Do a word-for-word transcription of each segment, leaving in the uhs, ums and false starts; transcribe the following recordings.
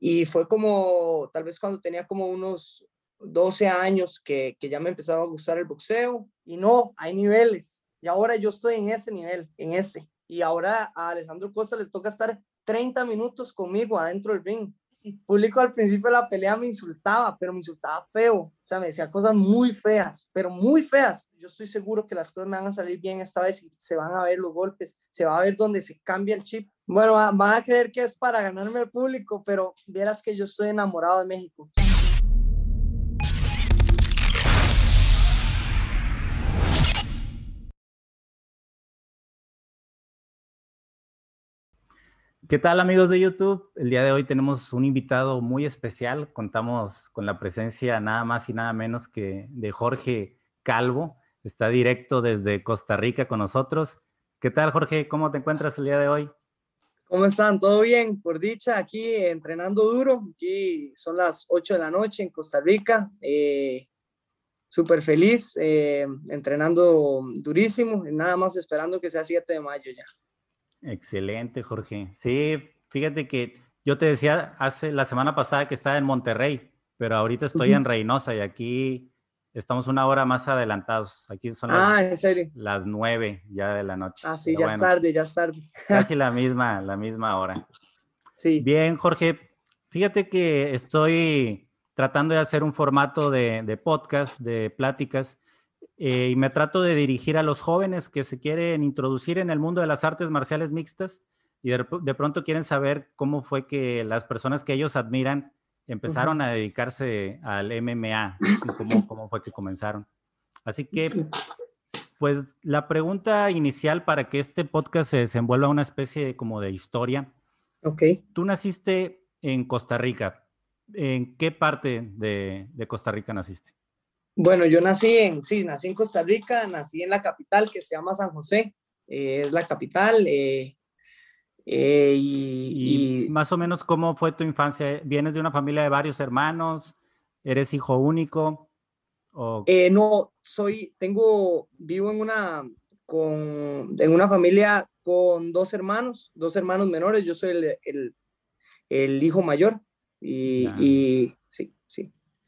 Y fue como, tal vez cuando tenía como unos doce años que, que ya me empezaba a gustar el boxeo. Y no, hay niveles. Y ahora yo estoy en ese nivel, en ese. Y ahora a Alessandro Costa le toca estar treinta minutos conmigo adentro del ring. El público al principio de la pelea me insultaba, pero me insultaba feo. O sea, me decía cosas muy feas, pero muy feas. Yo estoy seguro que las cosas me van a salir bien esta vez y se van a ver los golpes, se va a ver dónde se cambia el chip. Bueno, van a creer que es para ganarme el público, pero vieras que yo estoy enamorado de México. ¿Qué tal, amigos de YouTube? El día de hoy tenemos un invitado muy especial. Contamos con la presencia nada más y nada menos que de Jorge Calvo. Está directo desde Costa Rica con nosotros. ¿Qué tal, Jorge? ¿Cómo te encuentras el día de hoy? ¿Cómo están? ¿Todo bien? Por dicha, aquí entrenando duro. Aquí son las ocho de la noche en Costa Rica. Eh, Súper feliz, eh, entrenando durísimo. Nada más esperando que sea siete de mayo ya. Excelente, Jorge. Sí, fíjate que yo te decía hace la semana pasada que estaba en Monterrey, pero ahorita estoy en Reynosa y aquí estamos una hora más adelantados. Aquí son las, ah, ¿en serio? las nueve ya de la noche. Ah, sí, Pero ya bueno, es tarde, ya es tarde. casi la misma, la misma hora. Sí. Bien, Jorge. Fíjate que estoy tratando de hacer un formato de, de podcast, de pláticas, eh, y me trato de dirigir a los jóvenes que se quieren introducir en el mundo de las artes marciales mixtas y de, de pronto quieren saber cómo fue que las personas que ellos admiran empezaron uh-huh. a dedicarse al M M A y cómo, cómo fue que comenzaron. Así que, pues, la pregunta inicial para que este podcast se desenvuelva una especie de, como de historia. Ok. Tú naciste en Costa Rica. ¿En qué parte de, de Costa Rica naciste? Bueno, yo nací en, sí, nací en Costa Rica, nací en la capital que se llama San José, eh, es la capital. Eh, eh, y, y, y más o menos, ¿cómo fue tu infancia? ¿Vienes de una familia de varios hermanos? ¿Eres hijo único? ¿O... eh, no, soy, tengo, vivo en una, con, en una familia con dos hermanos, dos hermanos menores, yo soy el, el, el hijo mayor y, y sí, sí.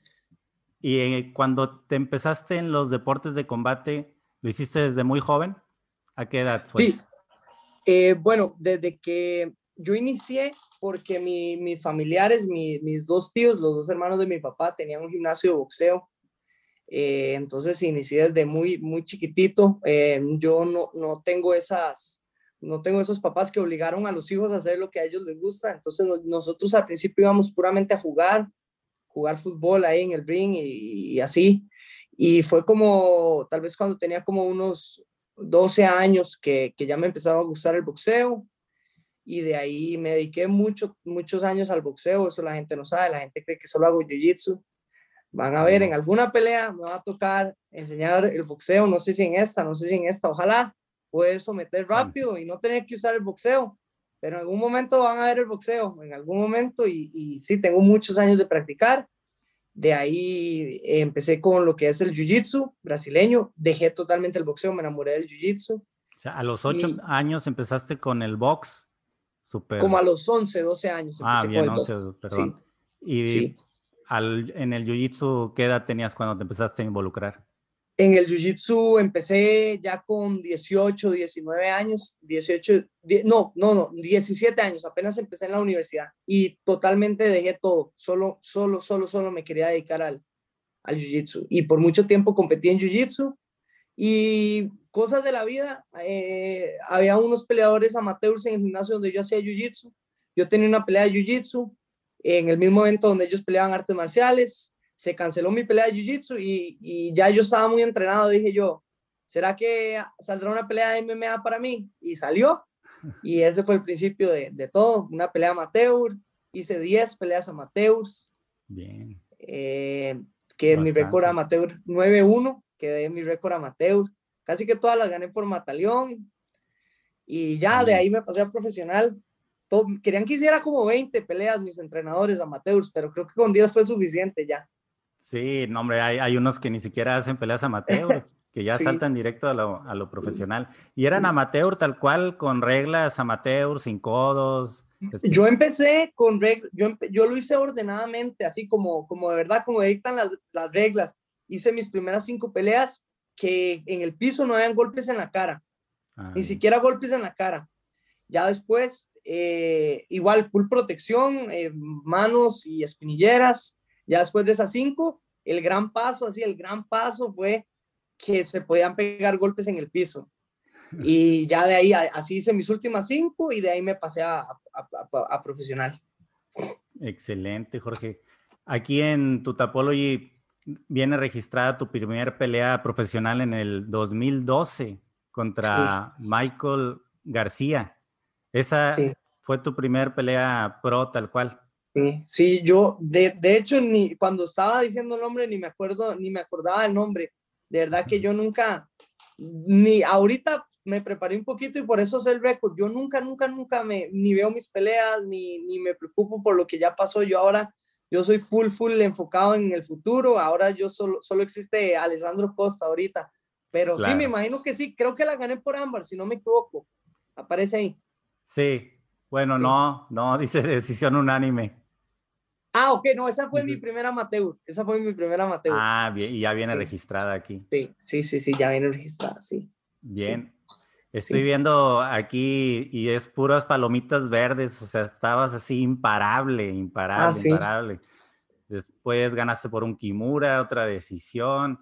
¿Y eh, cuando te empezaste en los deportes de combate, lo hiciste desde muy joven? ¿A qué edad fue? Sí, eh, bueno, desde que yo inicié, porque mi, mis familiares, mi, mis dos tíos, los dos hermanos de mi papá, tenían un gimnasio de boxeo. Eh, entonces inicié desde muy, muy chiquitito. Eh, yo no, no tengo esas, no tengo esos papás que obligaron a los hijos a hacer lo que a ellos les gusta. Entonces no, nosotros al principio íbamos puramente a jugar, jugar fútbol ahí en el ring y, y así. Y fue como, tal vez cuando tenía como unos doce años que, que ya me empezaba a gustar el boxeo. Y de ahí me dediqué mucho, muchos años al boxeo. Eso la gente no sabe, la gente cree que solo hago jiu-jitsu. Van a ver, en alguna pelea me va a tocar enseñar el boxeo, no sé si en esta, no sé si en esta, ojalá poder someter rápido y no tener que usar el boxeo, pero en algún momento van a ver el boxeo, en algún momento, y, y sí, tengo muchos años de practicar. De ahí eh, empecé con lo que es el jiu-jitsu brasileño, dejé totalmente el boxeo, me enamoré del jiu-jitsu. O sea, a los ocho y, años empezaste con el box. Super... Como a los once, doce años empecé ah, bien, con el once, box. perdón. Sí, y sí. Al, en el jiu-jitsu, ¿qué edad tenías cuando te empezaste a involucrar? En el jiu-jitsu empecé ya con dieciocho, diecinueve años, dieciocho, diez, no, no, no, diecisiete años, apenas empecé en la universidad y totalmente dejé todo, solo, solo, solo, solo me quería dedicar al, al jiu-jitsu y por mucho tiempo competí en jiu-jitsu y cosas de la vida, eh, había unos peleadores amateurs en el gimnasio donde yo hacía jiu-jitsu, yo tenía una pelea de jiu-jitsu en el mismo evento donde ellos peleaban artes marciales. Se canceló mi pelea de jiu-jitsu y, y ya yo estaba muy entrenado. Dije yo, ¿será que saldrá una pelea de M M A para mí? Y salió. Y ese fue el principio de, de todo. Una pelea amateur. Hice diez peleas amateurs. Bien. Eh, que Bastante. mi récord amateur nueve uno. Quedé en mi récord amateur. Casi que todas las gané por mataleón. Y ya Bien. De ahí me pasé a profesional. Todo, querían que hiciera como veinte peleas mis entrenadores amateurs, pero creo que con diez fue suficiente ya. Sí, no, hombre, hay, hay unos que ni siquiera hacen peleas amateur, que ya sí. saltan directo a lo, a lo profesional. Y eran amateur tal cual, con reglas amateur, sin codos, Yo empecé con reglas, yo, empe yo lo hice ordenadamente, así como, como de verdad, como dictan las, las reglas. Hice mis primeras cinco peleas que en el piso no habían golpes en la cara, Ah, ni bien. siquiera golpes en la cara. Ya después, eh, igual, full protección, eh, manos y espinilleras. Ya después de esas cinco, el gran paso, así, el gran paso fue que se podían pegar golpes en el piso. Y ya de ahí, así hice mis últimas cinco y de ahí me pasé a, a, a, a profesional. Excelente, Jorge. Aquí en Tutapology viene registrada tu primer pelea profesional en el dos mil doce contra sí. Michael García. Esa sí. fue tu primer pelea pro tal cual. Sí, sí, yo de, de hecho ni cuando estaba diciendo el nombre ni me acuerdo, ni me acordaba del nombre. De verdad que yo nunca, ni ahorita me preparé un poquito y por eso sé el récord. Yo nunca, nunca, nunca me, ni veo mis peleas, ni, ni me preocupo por lo que ya pasó. Yo ahora, yo soy full, full enfocado en el futuro. Ahora yo solo, solo existe Alessandro Costa ahorita. Pero claro. Sí, me imagino que sí. Creo que la gané por ámbar, si no me equivoco. Aparece ahí. Sí. Bueno, sí. no, no, dice decisión unánime. Ah, ok, no, esa fue mi primera amateur. Esa fue mi primera amateur. Ah, bien, y ya viene sí. registrada aquí. Sí, sí, sí, sí, ya viene registrada, sí. Bien. Sí. Estoy sí. viendo aquí y es puras palomitas verdes, o sea, estabas así imparable, imparable, ah, sí. imparable. Después ganaste por un Kimura, otra decisión.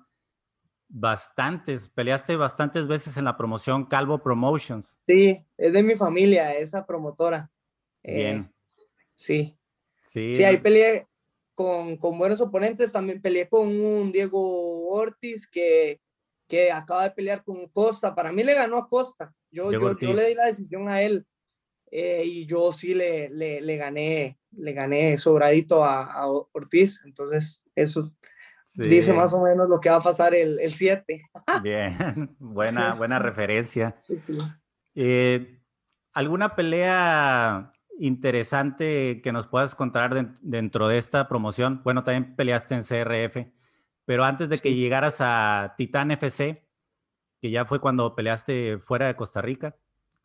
Bastantes, peleaste bastantes veces en la promoción Calvo Promotions. Sí, es de mi familia, esa promotora. Bien. Eh, sí. Sí. Sí, ahí peleé con, con buenos oponentes. También peleé con un Diego Ortiz que, que acaba de pelear con Costa. Para mí le ganó a Costa. Yo, yo, yo le di la decisión a él. Eh, y yo sí le, le, le gané, le gané sobradito a, a Ortiz. Entonces, eso sí. Dice más o menos lo que va a pasar el siete. Bien, buena, buena referencia. Sí, sí. Eh, ¿Alguna pelea interesante que nos puedas contar de, dentro de esta promoción? Bueno, también peleaste en C R F, pero antes de sí. que llegaras a Titán F C, que ya fue cuando peleaste fuera de Costa Rica,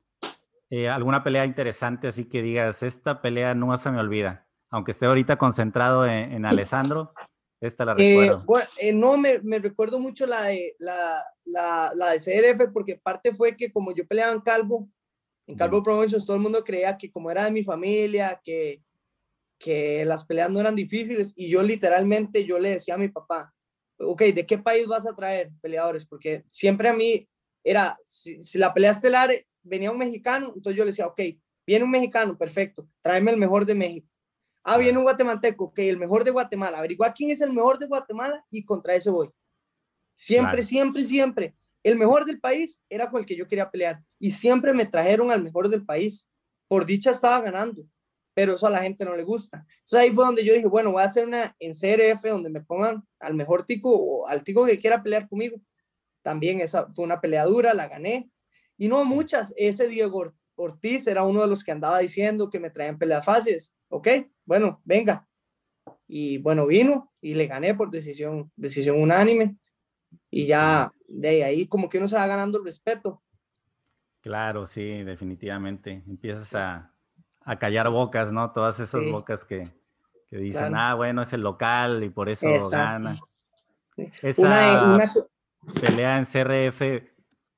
eh, ¿alguna pelea interesante así que digas, esta pelea no se me olvida? Aunque esté ahorita concentrado en, en Alessandro, esta la recuerdo. Eh, bueno, eh, no, me, me recuerdo mucho la de, la, la, la de C R F, porque parte fue que como yo peleaba en Calvo, en Calvo Promotions, todo el mundo creía que como era de mi familia, que, que las peleas no eran difíciles, y yo literalmente, yo le decía a mi papá, ok, ¿de qué país vas a traer peleadores? Porque siempre a mí era, si, si la pelea estelar venía un mexicano, entonces yo le decía, ok, viene un mexicano, perfecto, tráeme el mejor de México. Ah, viene un guatemalteco, ok, el mejor de Guatemala. Averigua quién es el mejor de Guatemala y contra ese voy. Siempre, claro. siempre, siempre. El mejor del país era con el que yo quería pelear. Y siempre me trajeron al mejor del país. Por dicha estaba ganando, pero eso a la gente no le gusta. Entonces ahí fue donde yo dije, bueno, voy a hacer una en C R F donde me pongan al mejor tico o al tico que quiera pelear conmigo. También esa fue una pelea dura, la gané. Y no muchas. Ese Diego Ortiz era uno de los que andaba diciendo que me traían peleas fáciles. Ok, bueno, venga. Y bueno, vino y le gané por decisión, decisión unánime. Y ya de ahí como que uno se va ganando el respeto. Claro, sí, definitivamente. Empiezas a, a callar bocas, ¿no? Todas esas sí. bocas que, que dicen, claro. ah, bueno, es el local y por eso Exacto. gana. Sí. Esa una, una... pelea en C R F,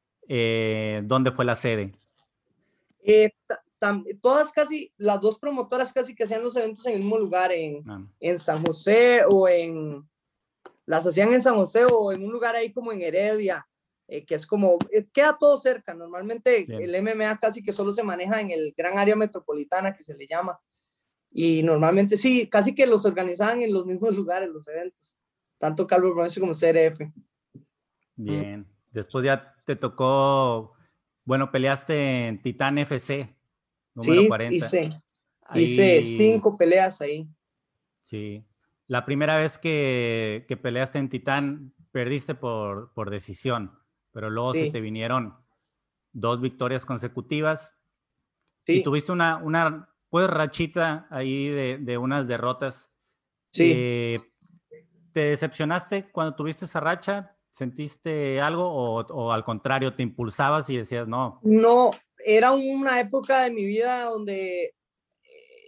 eh, ¿dónde fue la sede? Eh, todas casi, las dos promotoras casi que hacían los eventos en el mismo lugar, en, ah. en San José o en, las hacían en San José o en un lugar ahí como en Heredia, eh, que es como, eh, queda todo cerca. Normalmente Bien. el M M A casi que solo se maneja en el gran área metropolitana que se le llama. Y normalmente sí, casi que los organizaban en los mismos lugares, los eventos. Tanto Calvo Promotions como C R F. Bien. Mm. Después ya te tocó, bueno, peleaste en Titán F C, número sí, cuarenta. Hice, ahí... hice cinco peleas ahí. Sí. La primera vez que, que peleaste en Titán, perdiste por, por decisión, pero luego sí. se te vinieron dos victorias consecutivas. Sí. Y tuviste una, una pues, rachita ahí de, de unas derrotas. Sí. Eh, ¿Te decepcionaste cuando tuviste esa racha? ¿Sentiste algo o, o al contrario, te impulsabas y decías no? No, era una época de mi vida donde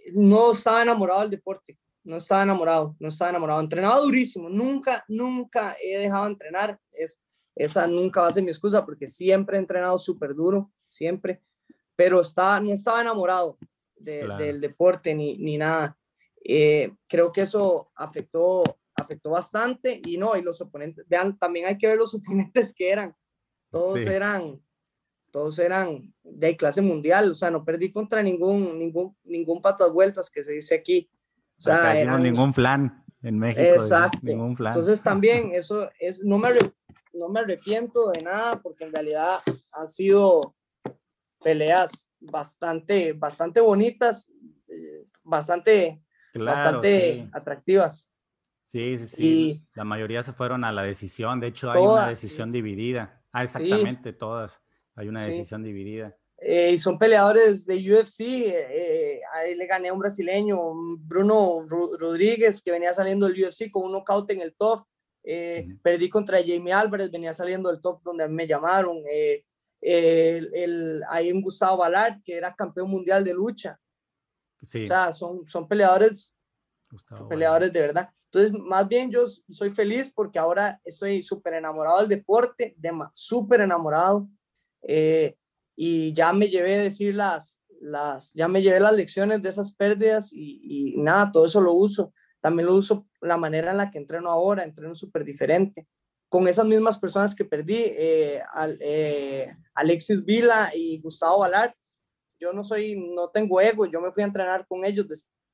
no estaba enamorado del deporte, no estaba enamorado, no estaba enamorado. Entrenaba durísimo, nunca, nunca he dejado de entrenar. Es, esa nunca va a ser mi excusa porque siempre he entrenado súper duro, siempre, pero estaba, no estaba enamorado de, Claro. del deporte ni, ni nada. Eh, creo que eso afectó, afectó bastante y no, y los oponentes, vean, también hay que ver los oponentes que eran, todos Sí. eran, todos eran de clase mundial, o sea, no perdí contra ningún, ningún, ningún patas vueltas que se dice aquí. O sea, Acá decimos eran, ningún flan en México, exacto. ningún flan. Entonces también eso es, no me, no me arrepiento de nada porque en realidad han sido peleas bastante, bastante bonitas, eh, bastante, Claro, bastante sí. atractivas. Sí, sí, sí. Y La mayoría se fueron a la decisión. De hecho, hay una todas, decisión sí, dividida. Ah, sí, exactamente, todas. Hay una sí. decisión dividida. Eh, y son peleadores de U F C. Eh, ahí le gané a un brasileño, Bruno Rodríguez, que venía saliendo del U F C con un knockout en el top. Eh, Uh-huh. Perdí contra Jamie Álvarez, venía saliendo del top donde me llamaron. Eh, eh, el, el, hay un Gustavo Ballard, que era campeón mundial de lucha. Sí. O sea, son, son peleadores, Gustavo peleadores Ballard. de verdad. Entonces, más bien yo soy feliz porque ahora estoy súper enamorado del deporte, de, súper enamorado. Eh, y ya me llevé a decir las, las, ya me llevé las lecciones de esas pérdidas y, y nada, todo eso lo uso. También lo uso la manera en la que entreno ahora, entreno súper diferente. Con esas mismas personas que perdí, eh, al, eh, Alexis Vila y Gustavo Ballard, yo no soy, no tengo ego, yo me fui a entrenar con ellos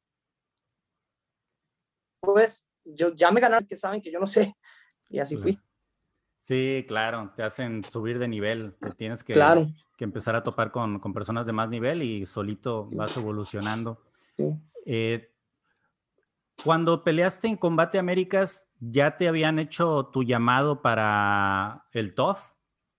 después, yo ya me ganaron que saben que yo no sé, y así fui. Sí, claro, te hacen subir de nivel, te tienes que, claro. que empezar a topar con, con personas de más nivel y solito vas evolucionando. Sí. Eh, cuando peleaste en Combate Américas, ¿ya te habían hecho tu llamado para el T O F?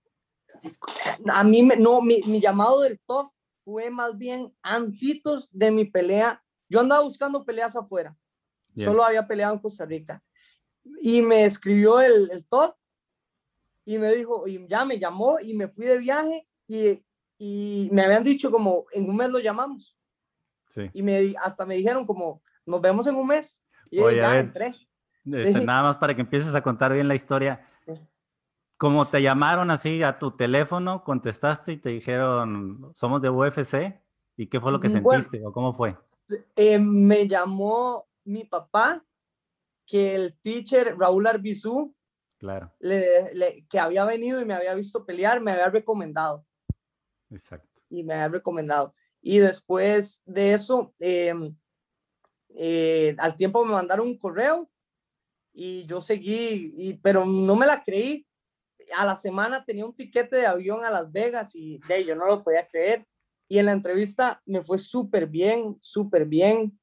A mí, me, no, mi, mi llamado del T O F fue más bien antitos de mi pelea. Yo andaba buscando peleas afuera, Bien. Solo había peleado en Costa Rica. Y me escribió el, el T O F y me dijo, y ya me llamó y me fui de viaje y, y me habían dicho como, en un mes lo llamamos. Sí. Y me, hasta me dijeron como, nos vemos en un mes. Y Oye, ya a ver, entré. Este, Sí. Nada más para que empieces a contar bien la historia. Sí. Como te llamaron así a tu teléfono, contestaste y te dijeron, somos de U F C, ¿y qué fue lo que sentiste bueno, o cómo fue? Eh, me llamó mi papá, que el teacher Raúl Arbizú, claro. le, le, que había venido y me había visto pelear, me había recomendado. Exacto. Y me había recomendado. Y después de eso, eh, eh, al tiempo me mandaron un correo y yo seguí, y, pero no me la creí. A la semana tenía un tiquete de avión a Las Vegas y de, yo no lo podía creer. Y en la entrevista me fue súper bien, súper bien.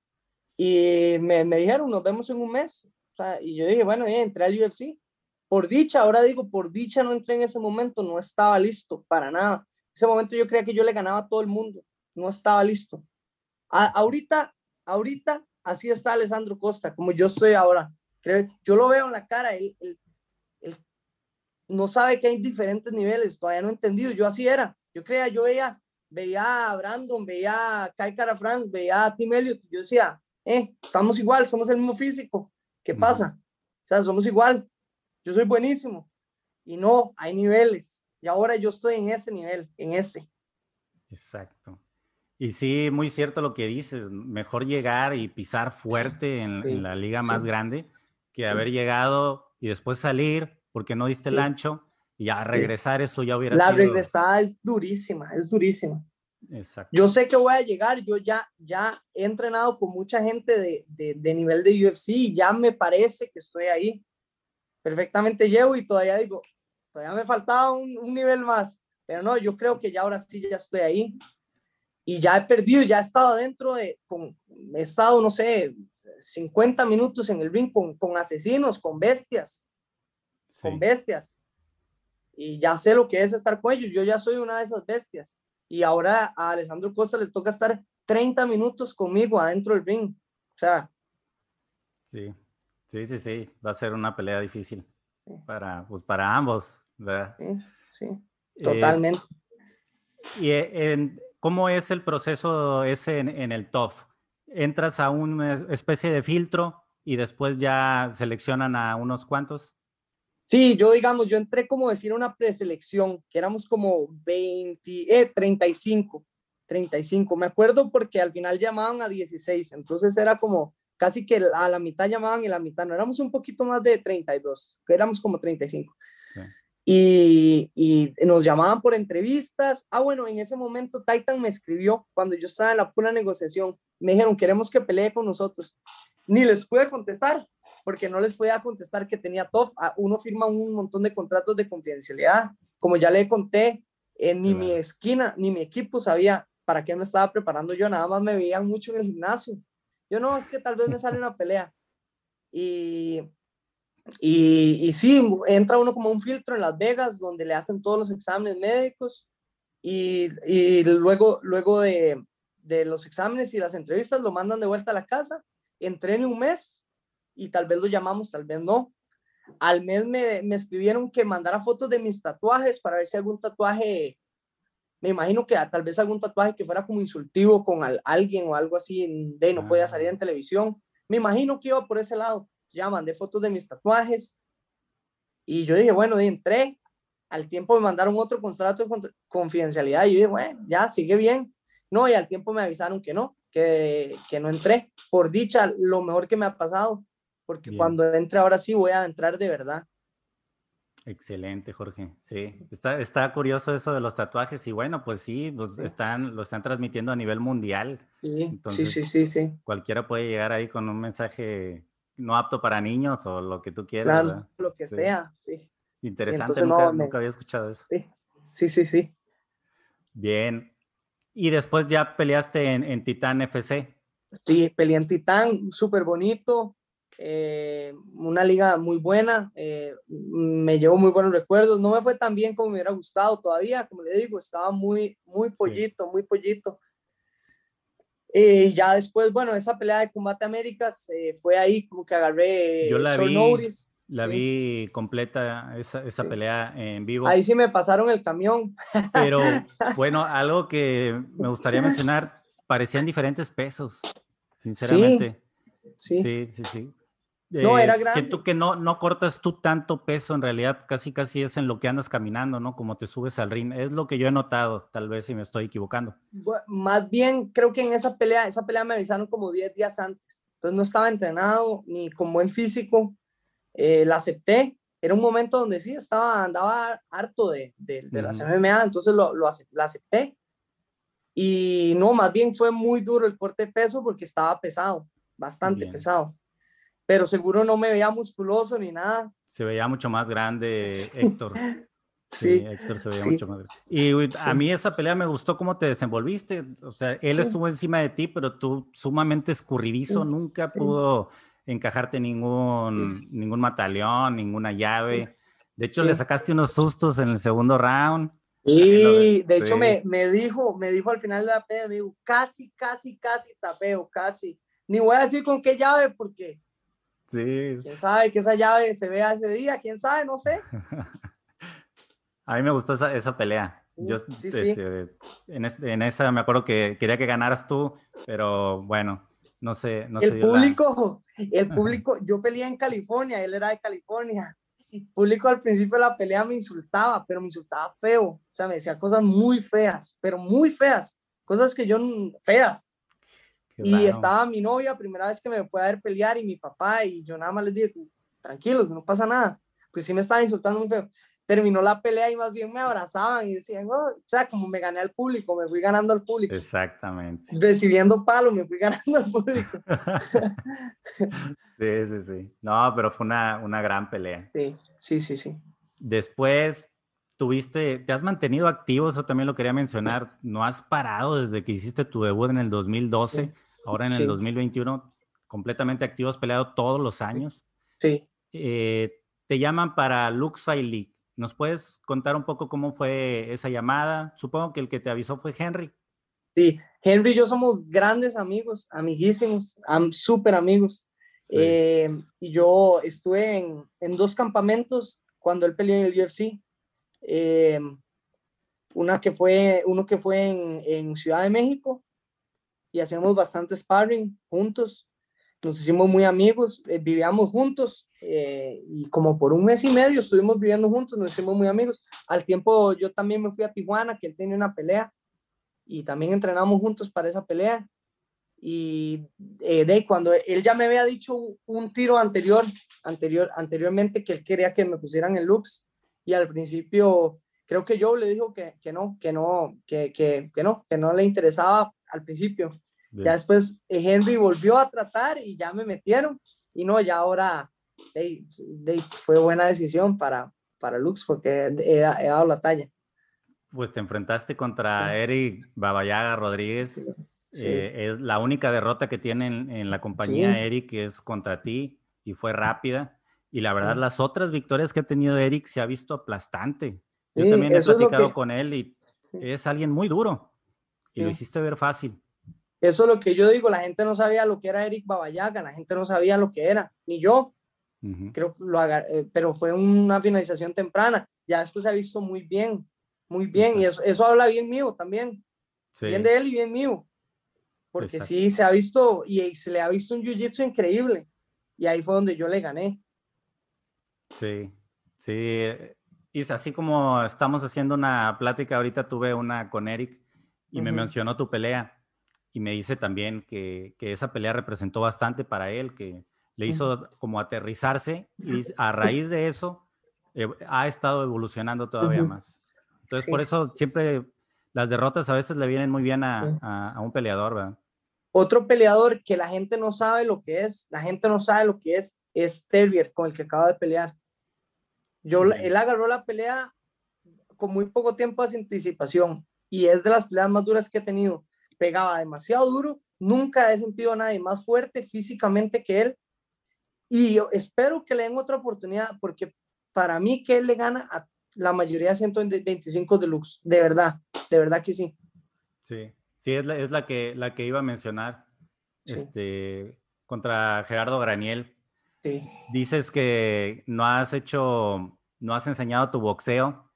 Y me, me dijeron, nos vemos en un mes. O sea, y yo dije, bueno, ya entré al U F C. Por dicha, ahora digo, por dicha no entré en ese momento, no estaba listo para nada. En ese momento yo creía que yo le ganaba a todo el mundo, no estaba listo. A, ahorita, ahorita, así está Alessandro Costa, como yo estoy ahora. Creo, yo lo veo en la cara, él, él, él no sabe que hay diferentes niveles, todavía no he entendido, yo así era. Yo creía, yo veía, veía a Brandon, veía a Kai Kara France, veía a Tim Elliott, yo decía, eh, estamos igual, somos el mismo físico, ¿qué uh-huh. pasa? O sea, somos igual, yo soy buenísimo. Y no, hay niveles. Y ahora yo estoy en ese nivel, en ese. Exacto. Y sí, muy cierto lo que dices. Mejor llegar y pisar fuerte en, sí, en la liga sí. más grande que haber sí. llegado y después salir porque no diste sí. el ancho y ya regresar, sí. eso ya hubiera la sido... La regresada es durísima, es durísima. Exacto. Yo sé que voy a llegar, yo ya, ya he entrenado con mucha gente de, de, de nivel de U F C y ya me parece que estoy ahí. Perfectamente llevo y todavía digo, todavía me faltaba un, un nivel más, pero no, yo creo que ya ahora sí ya estoy ahí y ya he perdido, ya he estado dentro de, con, he estado, no sé, cincuenta minutos en el ring con, con asesinos, con bestias, sí. con bestias, y ya sé lo que es estar con ellos, yo ya soy una de esas bestias, y ahora a Alessandro Costa les toca estar treinta minutos conmigo adentro del ring, o sea. Sí, sí, sí, sí, va a ser una pelea difícil sí. para, pues para ambos, ¿verdad? Sí, sí, totalmente. Eh, y en, ¿cómo es el proceso ese en, en el T O F? entras a una especie de filtro y después ya seleccionan a unos cuantos. Sí, yo digamos, yo entré como decir una preselección, que éramos como veinte, eh, treinta y cinco, treinta y cinco, me acuerdo porque al final llamaban a dieciséis, entonces era como casi que a la mitad llamaban y la mitad no, éramos un poquito más de treinta y dos, que éramos como treinta y cinco. Sí. Y, y nos llamaban por entrevistas. Ah, bueno, en ese momento Titan me escribió cuando yo estaba en la pura negociación, me dijeron, queremos que pelee con nosotros. Ni les pude contestar, porque no les podía contestar que tenía T O F. Uno firma un montón de contratos de confidencialidad. Como ya le conté, eh, ni claro. mi esquina, ni mi equipo sabía para qué me estaba preparando yo. Nada más me veían mucho en el gimnasio. Yo no, es que tal vez me sale una pelea. Y, y, y sí, entra uno como un filtro en Las Vegas, donde le hacen todos los exámenes médicos. Y, y luego, luego de, de los exámenes y las entrevistas, lo mandan de vuelta a la casa. Entrené un mes y tal vez lo llamamos, tal vez no. Al mes me, me escribieron que mandara fotos de mis tatuajes para ver si algún tatuaje, me imagino que tal vez algún tatuaje que fuera como insultivo con al, alguien o algo así, de no podía salir en televisión. Me imagino que iba por ese lado. Ya mandé fotos de mis tatuajes y yo dije, bueno, y entré. Al tiempo me mandaron otro contrato de confidencialidad y yo dije, bueno, ya, sigue bien. No, y al tiempo me avisaron que no, que, que no entré. Por dicha, lo mejor que me ha pasado, porque bien. Cuando entre ahora sí voy a entrar de verdad. Excelente, Jorge. Sí, está, está curioso eso de los tatuajes y bueno, pues sí, pues sí. Están, lo están transmitiendo a nivel mundial. Sí, entonces, sí, sí, sí, sí. Cualquiera puede llegar ahí con un mensaje no apto para niños o lo que tú quieras. Claro, ¿verdad? lo que sí. sea, sí. Interesante, sí, nunca, no, me... nunca había escuchado eso. Sí, sí, sí, sí. Bien. Y después ya peleaste en, en Titán F C. Sí, peleé en Titán, súper bonito. Eh, una liga muy buena, eh, me llevo muy buenos recuerdos. No me fue tan bien como me hubiera gustado todavía, como le digo, estaba muy, muy pollito, sí. muy pollito. Y eh, ya después, bueno, esa pelea de Combate Américas eh, fue ahí como que agarré Yo la short vi, notice. la sí. vi completa esa, esa sí. pelea en vivo. Ahí sí me pasaron el camión. Pero bueno, algo que me gustaría mencionar, parecían diferentes pesos, sinceramente. Sí, sí, sí, sí. Eh, no, era grande. Siento que no, no cortas tú tanto peso, en realidad casi casi es en lo que andas caminando, ¿no? Como te subes al ring. Es lo que yo he notado, tal vez si me estoy equivocando. Bueno, más bien creo que en esa pelea, esa pelea me avisaron como diez días antes. Entonces no estaba entrenado ni con buen físico. Eh, la acepté. Era un momento donde sí estaba, andaba harto de, de, de las uh-huh. M M A, entonces lo, lo la acepté. Y no, más bien fue muy duro el corte de peso porque estaba pesado, bastante bien. pesado. Pero seguro no me veía musculoso ni nada. Se veía mucho más grande, Héctor. Sí, sí, Héctor se veía sí, mucho más grande. Y sí. a mí esa pelea me gustó cómo te desenvolviste. O sea, él sí. estuvo encima de ti, pero tú sumamente escurridizo, sí. nunca sí. pudo encajarte ningún, sí. ningún mataleón, ninguna llave. De hecho, sí. le sacaste unos sustos en el segundo round. Y de sí. hecho me, me dijo, me dijo al final de la pelea, me dijo, casi, casi, casi tapeo, casi. Ni voy a decir con qué llave, porque sí. quién sabe que esa llave se vea ese día, quién sabe, no sé. A mí me gustó esa, esa pelea. Yo, sí, este, sí. En, es, en esa me acuerdo que quería que ganaras tú, pero bueno, no sé, no el se dio público, la... el público, yo peleé en California, él era de California. El público al principio de la pelea me insultaba, pero me insultaba feo. O sea, me decía cosas muy feas, pero muy feas. Cosas que yo, feas. Qué y raro. Estaba mi novia, primera vez que me fue a ver pelear, y mi papá, y yo nada más les dije, tranquilos, no pasa nada. Pues sí me estaba insultando muy feo. Terminó la pelea y más bien me abrazaban y decían, oh, o sea, como me gané al público, me fui ganando al público. Exactamente. Recibiendo palo, me fui ganando al público. sí, sí, sí. No, pero fue una, una gran pelea. Sí, sí, sí, sí. Después tuviste, te has mantenido activo, eso también lo quería mencionar. No has parado desde que hiciste tu debut en el dos mil doce, sí. ahora en el sí. dos mil veintiuno, completamente activo, has peleado todos los años. Sí. Eh, te llaman para Lux Fight League. ¿Nos puedes contar un poco cómo fue esa llamada? Supongo que el que te avisó fue Henry. Sí, Henry y yo somos grandes amigos, amiguísimos, am, súper amigos. Sí. Eh, y yo estuve en, en dos campamentos cuando él peleó en el U F C. Eh, una que fue, uno que fue en, en Ciudad de México y hacíamos bastante sparring juntos. Nos hicimos muy amigos, eh, vivíamos juntos eh, y como por un mes y medio estuvimos viviendo juntos, nos hicimos muy amigos. Al tiempo yo también me fui a Tijuana, que él tenía una pelea y también entrenamos juntos para esa pelea. Y eh, de cuando él ya me había dicho un, un tiro anterior, anterior, anteriormente que él quería que me pusieran el Lux y al principio creo que yo le dijo que, que no, que no, que, que, que no, que no le interesaba al principio. Bien. Ya después eh, Henry volvió a tratar y ya me metieron y no, ya ahora hey, hey, fue buena decisión para, para Lux porque he, he dado la talla. Pues te enfrentaste contra Eric Babayaga Rodríguez. Sí, sí, Eh, es la única derrota que tienen en la compañía sí, Eric es contra ti y fue rápida. Y la verdad, sí, las otras victorias que ha tenido Eric se ha visto aplastante. Yo sí, también he eso es lo platicado que, con él y sí, es alguien muy duro y lo sí. hiciste ver fácil. Eso es lo que yo digo, la gente no sabía lo que era Eric Babayaga, la gente no sabía lo que era, ni yo, Uh-huh. creo que lo haga, eh, pero fue una finalización temprana, ya después se ha visto muy bien, muy bien, y Exacto. eso, eso habla bien mío también, bien Sí, de él y bien mío, porque exacto. sí se ha visto, y se le ha visto un jiu-jitsu increíble, y ahí fue donde yo le gané. Sí, sí. Y es así como estamos haciendo una plática, ahorita tuve una con Eric y me Uh-huh. mencionó tu pelea y me dice también que, que esa pelea representó bastante para él, que le hizo como aterrizarse y a raíz de eso eh, ha estado evolucionando todavía Uh-huh. más. Entonces, por Sí, eso siempre las derrotas a veces le vienen muy bien sí. a, a, a un peleador, ¿verdad? Otro peleador que la gente no sabe lo que es, la gente no sabe lo que es, es Terrier, con el que acaba de pelear. Yo, Bien. él agarró la pelea con muy poco tiempo de anticipación y es de las peleas más duras que he tenido. Pegaba demasiado duro, nunca he sentido a nadie más fuerte físicamente que él y yo espero que le den otra oportunidad porque para mí que él le gana a la mayoría de ciento veinticinco deluxe, de verdad, de verdad que sí. Sí, sí, es la, es la que, la que iba a mencionar, Sí, este, contra Gerardo Graniel. sí. Dices que no has hecho, no has enseñado tu boxeo,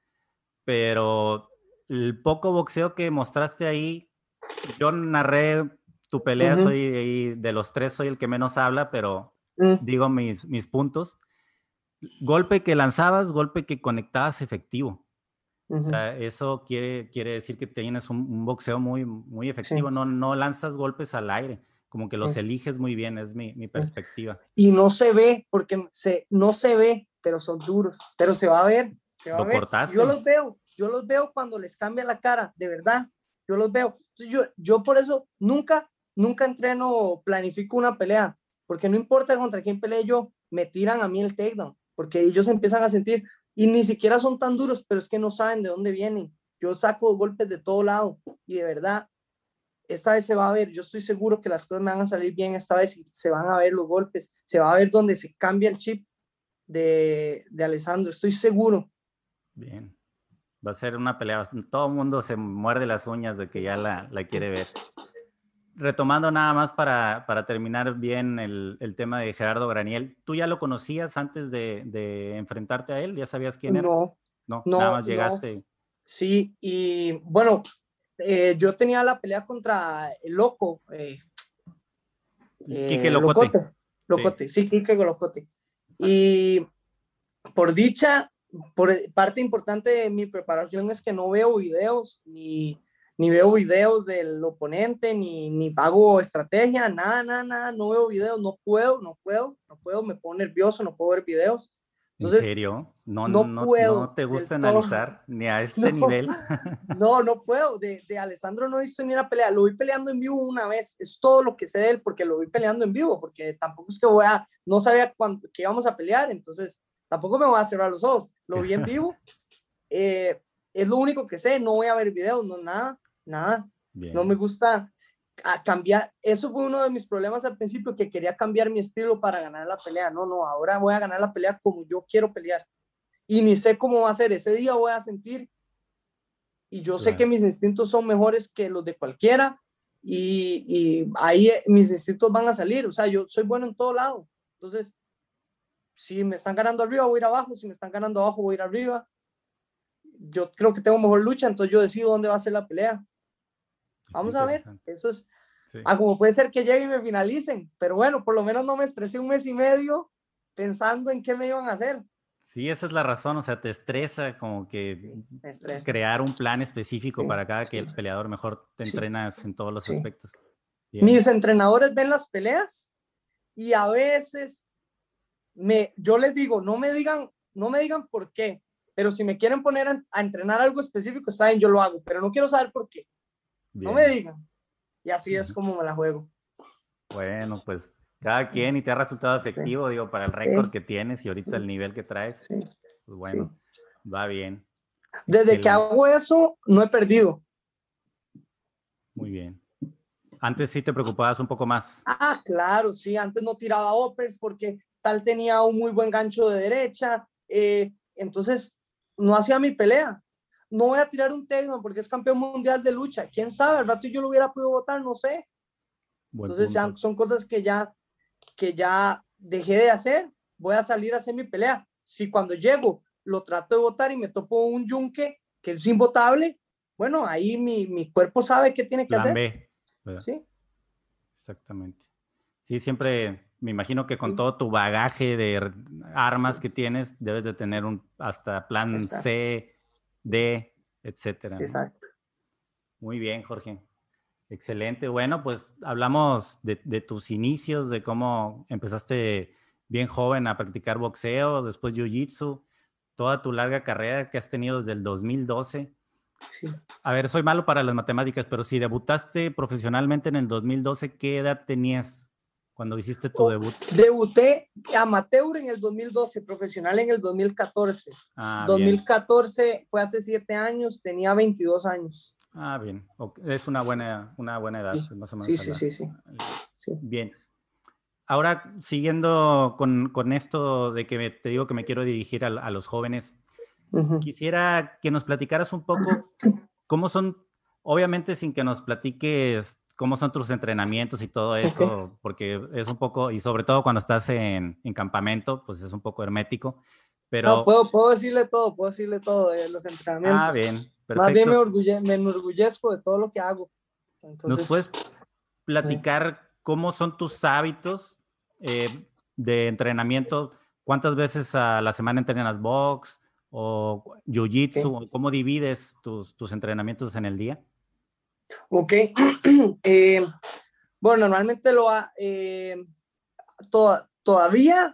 pero el poco boxeo que mostraste ahí, yo narré tu pelea, Uh-huh. soy de los tres, soy el que menos habla, pero Mm. digo mis, mis puntos. Golpe que lanzabas, golpe que conectabas efectivo. O Uh-huh. sea, eso quiere, quiere decir que tienes un, un boxeo muy, muy Sí, efectivo, no, no lanzas golpes al aire, como que los sí, eliges muy bien, es mi, mi sí. perspectiva. Y no se ve, porque se, no se ve, pero son duros, pero se va a ver, se va a Lo ver. Yo cortaste. los veo, yo los veo cuando les cambia la cara, de verdad, yo los veo. Entonces yo, yo por eso nunca, nunca entreno, planifico una pelea, porque no importa contra quién pelee yo, me tiran a mí el takedown, porque ellos empiezan a sentir, y ni siquiera son tan duros, pero es que no saben de dónde vienen. Yo saco golpes de todo lado, y de verdad, esta vez se va a ver, yo estoy seguro que las cosas me van a salir bien esta vez y se van a ver los golpes, se va a ver donde se cambia el chip de, de Alessandro, estoy seguro. Bien. Va a ser una pelea. Todo el mundo se muerde las uñas de que ya la, la quiere ver. Retomando nada más para, para terminar bien el, el, tema de Gerardo Graniel. ¿Tú ya lo conocías antes de, de enfrentarte a él? ¿Ya sabías quién era? No, No, nada no, más no, llegaste. sí, y bueno, eh, yo tenía la pelea contra el loco, eh, Quique eh, Locote. Locote, Sí. Locote, sí, Quique Locote. Exacto. Y por dicha, por parte importante de mi preparación es que no veo videos, ni, ni veo videos del oponente, ni, ni hago estrategia, nada, nada, nada, no veo videos, no puedo, no puedo, no puedo, me pongo nervioso, no puedo ver videos. ¿En Entonces, serio? ¿No, no no, no puedo te gusta del todo, analizar ni a este no, nivel? no, no puedo. De, de Alessandro no he visto ni una pelea, lo vi peleando en vivo una vez, es todo lo que sé de él porque lo vi peleando en vivo, porque tampoco es que voy a, no sabía cuándo, que íbamos a pelear, entonces tampoco me voy a cerrar los ojos, lo vi en vivo, eh, es lo único que sé, no voy a ver videos, no, nada, nada, no me Bien. gusta a cambiar, eso fue uno de mis problemas al principio, que quería cambiar mi estilo para ganar la pelea, no, no, ahora voy a ganar la pelea como yo quiero pelear, y ni sé cómo va a ser, ese día voy a sentir, y yo sé que Claro. mis instintos son mejores que los de cualquiera, y, y ahí mis instintos van a salir, o sea, yo soy bueno en todo lado, entonces, si me están ganando arriba, voy a ir abajo, si me están ganando abajo, voy a ir arriba, yo creo que tengo mejor lucha, entonces yo decido dónde va a ser la pelea. Está Vamos a ver, interesante. eso es, Sí. Ah, como puede ser que lleguen y me finalicen, pero bueno, por lo menos no me estresé un mes y medio pensando en qué me iban a hacer. Sí, esa es la razón, o sea, te estresa como que Sí, me estresa. crear un plan específico Sí, para cada sí, peleador, mejor te sí, entrenas en todos los sí. aspectos. Bien. Mis entrenadores ven las peleas y a veces me, yo les digo, no me digan, no me digan por qué, pero si me quieren poner a, a entrenar algo específico, está bien, yo lo hago, pero no quiero saber por qué. No me Bien. digan. Y así es como me la juego. Bueno, pues cada quien y te ha resultado Sí, efectivo, digo, para el sí, récord que tienes y ahorita sí, el nivel que traes, sí, pues sí. bueno, va bien. Desde que Excelente. hago eso, no he perdido. Muy bien. Antes sí te preocupabas un poco más. Ah, claro, sí, antes no tiraba uppers porque tal tenía un muy buen gancho de derecha, eh, entonces no hacía mi pelea. No voy a tirar un takedown porque es campeón mundial de lucha. ¿Quién sabe? Al rato yo lo hubiera podido votar, no sé. Buen Entonces ya punto. son cosas que ya, que ya dejé de hacer. Voy a salir a hacer mi pelea. Si cuando llego lo trato de votar y me topo un yunque que es invotable, bueno, ahí mi, mi cuerpo sabe qué tiene que Plan hacer. B, ¿verdad? Sí, Exactamente. Sí, siempre me imagino que con sí, todo tu bagaje de armas que tienes, debes de tener un hasta plan exacto, C, D, etcétera, ¿no? exacto. Muy bien, Jorge. Excelente. Bueno, pues hablamos de, de tus inicios, de cómo empezaste bien joven a practicar boxeo, después jiu-jitsu, toda tu larga carrera que has tenido desde el dos mil doce. Sí. A ver, soy malo para las matemáticas, pero si debutaste profesionalmente en el dos mil doce, ¿qué edad tenías cuando hiciste tu Oh, debut? debuté amateur en el dos mil doce, profesional en el dos mil catorce. Ah, bien. dos mil catorce fue hace siete años, tenía veintidós años. Ah, bien. Es una buena, una buena edad, más o Sí, menos a sí, la... sí, sí. sí. Bien. Ahora, siguiendo con, con esto de que me, te digo que me quiero dirigir a, a los jóvenes, Uh-huh. quisiera que nos platicaras un poco cómo son, obviamente sin que nos platiques cómo son tus entrenamientos y todo Okay. eso, porque es un poco, y sobre todo cuando estás en, en campamento, pues es un poco hermético, No, pero, puedo, puedo decirle todo, puedo decirle todo de los ah, entrenamientos. bien, Más bien me, perfecto. orgulle me enorgullezco de todo lo que hago. ¿Nos Entonces, puedes eh, platicar cómo son tus hábitos eh, de entrenamiento? ¿Cuántas veces a la semana entrenas box o okay. jiu-jitsu? ¿Cómo divides tus, tus entrenamientos en el día? Ok. eh, bueno, normalmente lo ha, eh, to todavía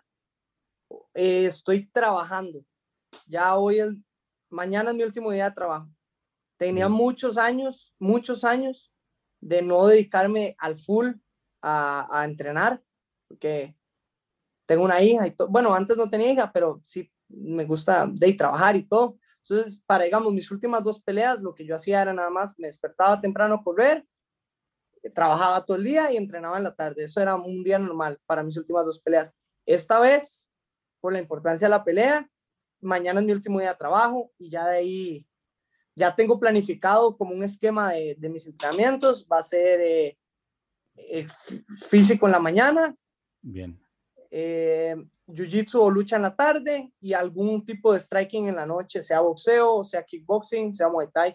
eh, estoy trabajando. Ya hoy, el, mañana es mi último día de trabajo. Tenía Bien. muchos años, muchos años de no dedicarme al full a, a entrenar, porque tengo una hija y todo. Bueno, antes no tenía hija, pero sí me gusta de trabajar y todo. Entonces, para, digamos, mis últimas dos peleas, lo que yo hacía era nada más, me despertaba temprano a correr, trabajaba todo el día y entrenaba en la tarde. Eso era un día normal para mis últimas dos peleas. Esta vez, por la importancia de la pelea, mañana es mi último día de trabajo y ya de ahí ya tengo planificado como un esquema de, de mis entrenamientos. Va a ser eh, eh, físico en la mañana, Bien. eh, jiu-jitsu o lucha en la tarde y algún tipo de striking en la noche, sea boxeo, sea kickboxing, sea muay thai.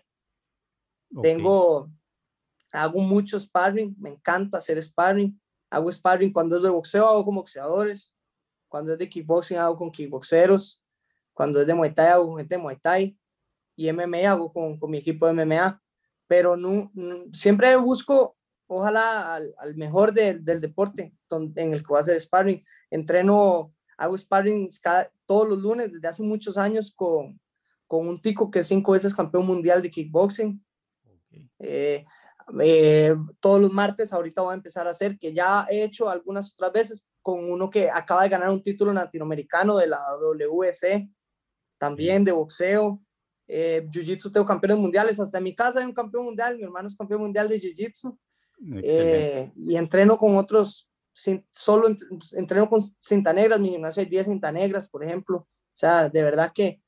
Ok. Tengo, hago mucho sparring, me encanta hacer sparring. Hago sparring cuando es de boxeo, hago con boxeadores. Cuando es de kickboxing, hago con kickboxeros. Cuando es de muay thai, hago con gente de muay thai. Y M M A hago con, con mi equipo de M M A. Pero no, no, siempre busco, ojalá, al, al mejor de, del deporte donde, en el que voy a hacer sparring. Entreno, hago sparring cada, todos los lunes desde hace muchos años con, con un tico que es cinco veces campeón mundial de kickboxing. Okay. Eh, eh, todos los martes ahorita voy a empezar a hacer, que ya he hecho algunas otras veces con uno que acaba de ganar un título latinoamericano de la W B C, Bien. también de boxeo. Eh, jiu-jitsu tengo campeones mundiales, hasta en mi casa hay un campeón mundial, mi hermano es campeón mundial de jiu-jitsu. Excelente. Eh, y entreno con otros, sin, solo entreno con cinta negras, mi gimnasio hay diez cinta negras, por ejemplo. O sea, de verdad que